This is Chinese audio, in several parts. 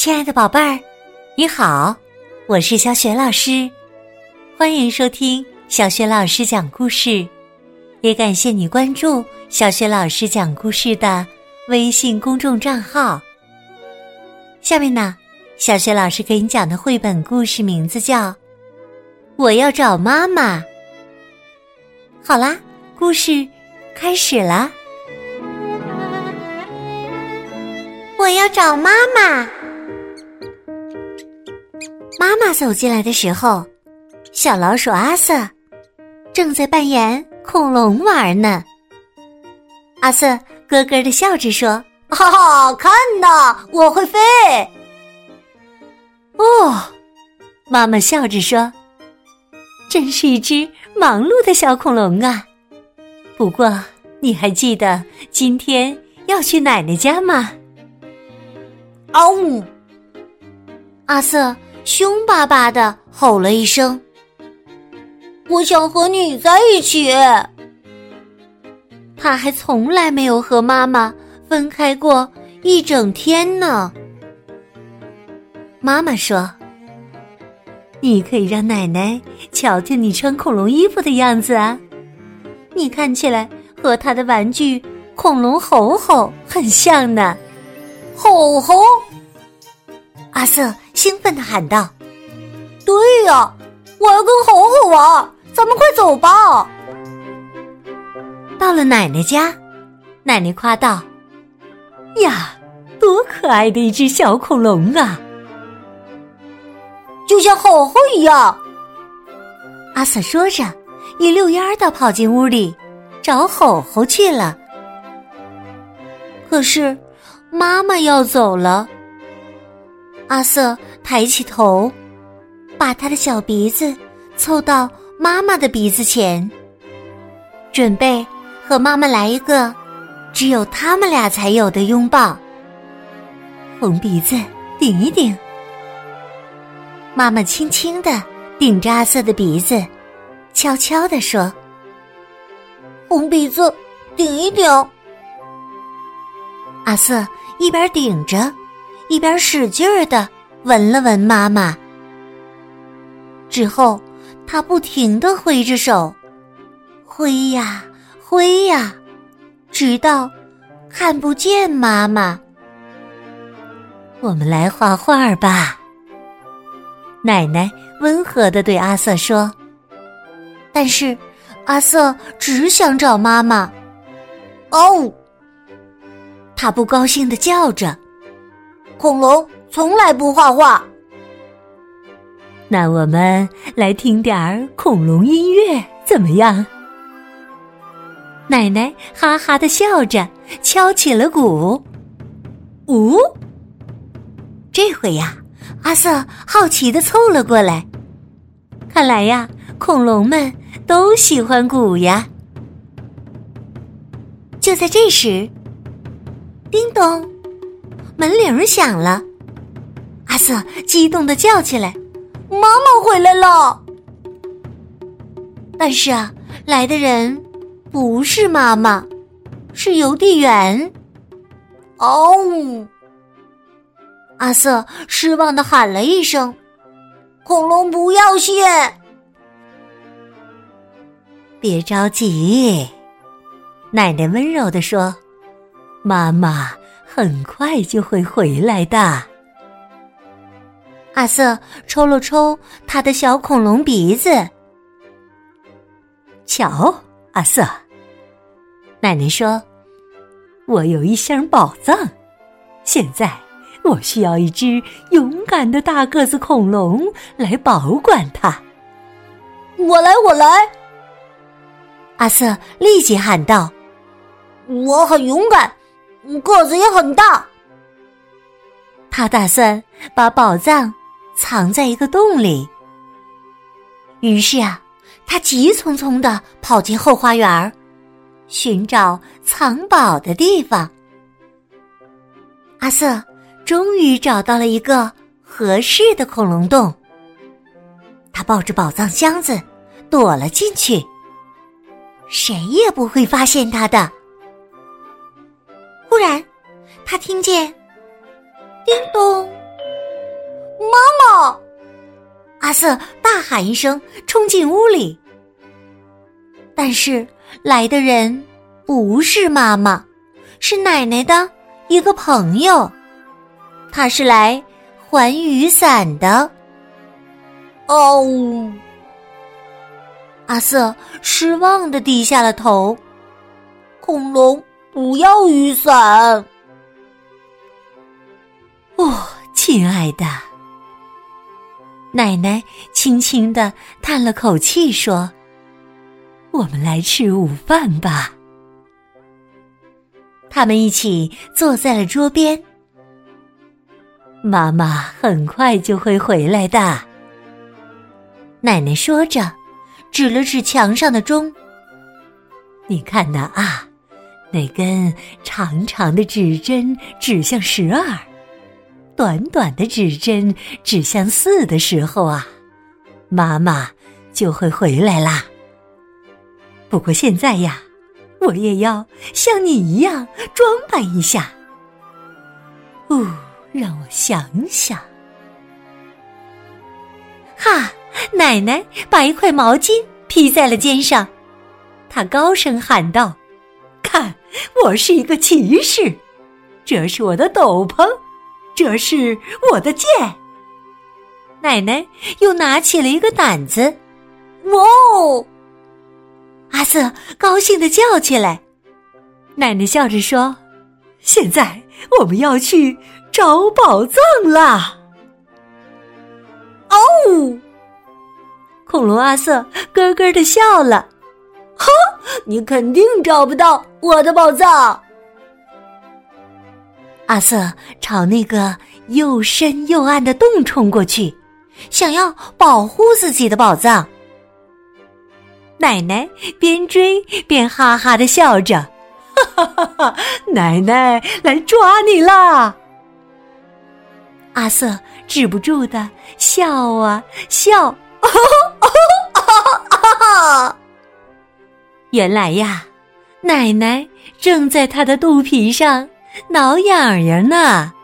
亲爱的宝贝儿，你好，我是小雪老师，欢迎收听小雪老师讲故事，也感谢你关注小雪老师讲故事的微信公众账号。下面呢，小雪老师给你讲的绘本故事名字叫《我要找妈妈》。好啦，故事开始啦。我要找妈妈。妈妈走进来的时候，小老鼠阿瑟正在扮演恐龙玩呢。阿瑟咯咯地笑着说： 哈哈，看呐，我会飞。 哦，妈妈笑着说，真是一只忙碌的小恐龙啊。不过你还记得今天要去奶奶家吗？ 嗷呜！ 阿瑟凶巴巴地吼了一声， 我想和你在一起。 他还从来没有和妈妈分开过一整天呢。妈妈说，你可以让奶奶瞧瞧你穿恐龙衣服的样子啊，你看起来和他的玩具恐龙吼吼很像呢。 吼吼！ 阿瑟兴奋地喊道， 对呀，我要跟吼吼玩，咱们快走吧。 到了奶奶家，奶奶夸道，呀，多可爱的一只小恐龙啊， 就像吼吼一样。 阿瑟说着一溜烟儿地跑进屋里找吼吼去了。可是妈妈要走了。阿瑟抬起头，把他的小鼻子凑到妈妈的鼻子前，准备和妈妈来一个只有他们俩才有的拥抱。红鼻子顶一顶。妈妈轻轻地顶着阿瑟的鼻子，悄悄地说， 红鼻子顶一顶。 阿瑟一边顶着一边使劲儿地闻了闻妈妈，之后他不停地挥着手，挥呀挥呀，直到看不见妈妈。我们来画画吧，奶奶温和地对阿瑟说。但是阿瑟只想找妈妈。 哦， 他不高兴地叫着， 恐龙从来不画画。 那我们来听点儿恐龙音乐怎么样？奶奶哈哈地笑着敲起了鼓。呜！这回呀，阿瑟好奇地凑了过来。看来呀，恐龙们都喜欢鼓呀。就在这时，叮咚，门铃响了。阿瑟激动地叫起来， 妈妈回来了。 但是啊，来的人不是妈妈，是邮递员。 哦！ 阿瑟失望地喊了一声， 恐龙不要线。 别着急，奶奶温柔地说，妈妈很快就会回来的。阿瑟抽了抽他的小恐龙鼻子。瞧，阿瑟，奶奶说，我有一箱宝藏，现在我需要一只勇敢的大个子恐龙来保管它。 我来，我来！ 阿瑟立即喊道， 我很勇敢，个子也很大。 他打算把宝藏藏在一个洞里。于是啊，他急匆匆地跑进后花园，寻找藏宝的地方。阿瑟终于找到了一个合适的恐龙洞，他抱着宝藏箱子躲了进去，谁也不会发现他的。忽然他听见叮咚阿瑟大喊一声，冲进屋里。但是来的人不是妈妈，是奶奶的一个朋友，他是来还雨伞的。 哦， 阿瑟失望地低下了头。 恐龙不要雨伞。 哦，亲爱的。奶奶轻轻地叹了口气说，我们来吃午饭吧。他们一起坐在了桌边。妈妈很快就会回来的。奶奶说着，指了指墙上的钟。你看那啊，那根长长的指针指向12，短短的指针指向4的时候啊，妈妈就会回来啦。不过现在呀，我也要像你一样装扮一下。让我想想。哈，奶奶把一块毛巾披在了肩上，她高声喊道，看，我是一个骑士，这是我的斗篷，这是我的剑。奶奶又拿起了一个掸子。 哇哦！ 阿瑟高兴地叫起来。奶奶笑着说，现在我们要去找宝藏啦。 哦！ 恐龙阿瑟咯咯地笑了。 哈，你肯定找不到我的宝藏。 阿瑟朝那个又深又暗的洞冲过去，想要保护自己的宝藏。奶奶边追边哈哈地笑着，哈哈哈哈，奶奶来抓你啦！阿瑟止不住地笑啊笑，原来呀，奶奶正在他的肚皮上挠痒痒呢。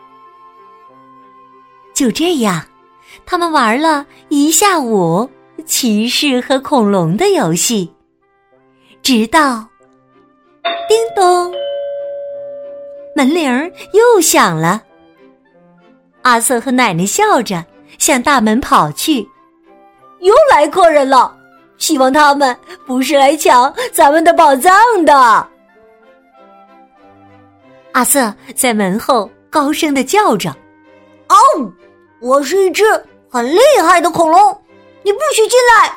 就这样，他们玩了一下午骑士和恐龙的游戏，直到叮咚，门铃又响了。阿瑟和奶奶笑着向大门跑去。 又来客人了，希望他们不是来抢咱们的宝藏的。 阿瑟在门后高声地叫着， 哦，我是一只很厉害的恐龙，你不许进来。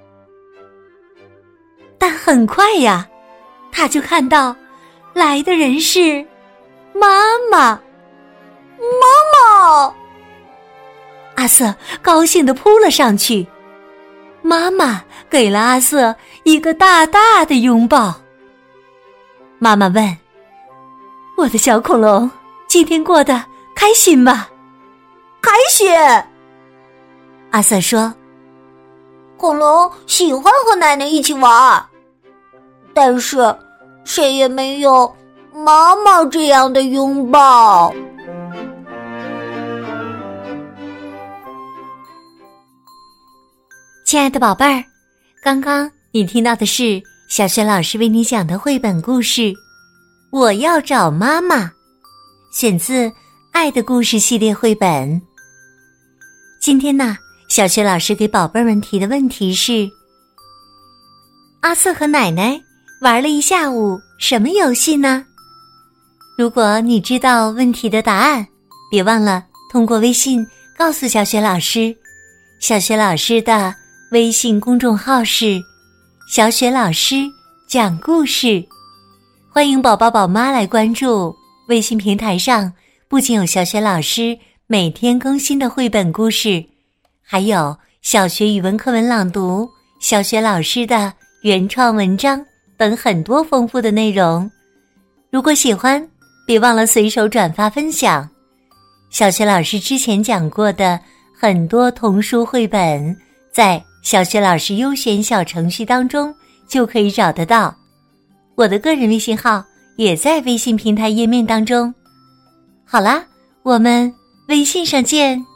但很快呀，他就看到来的人是妈妈。 妈妈！ 阿瑟高兴地扑了上去。妈妈给了阿瑟一个大大的拥抱。妈妈问，我的小恐龙，今天过得开心吗？ 开心。 阿瑟说， 恐龙喜欢和奶奶一起玩，但是谁也没有妈妈这样的拥抱。 亲爱的宝贝儿，刚刚你听到的是小雪老师为你讲的绘本故事《我要找妈妈》，选自《爱的故事》系列绘本。今天呢，小雪老师给宝贝们提的问题是：阿瑟和奶奶玩了一下午什么游戏呢？如果你知道问题的答案，别忘了通过微信告诉小雪老师。小雪老师的微信公众号是小雪老师讲故事，欢迎宝宝宝妈来关注。微信平台上不仅有小雪老师每天更新的绘本故事，还有小学语文课文朗读、小雪老师的原创文章等很多丰富的内容。如果喜欢，别忘了随手转发分享。小雪老师之前讲过的很多童书绘本，在小雪老师优选小程序当中就可以找得到。我的个人微信号也在微信平台页面当中。好啦，我们微信上见。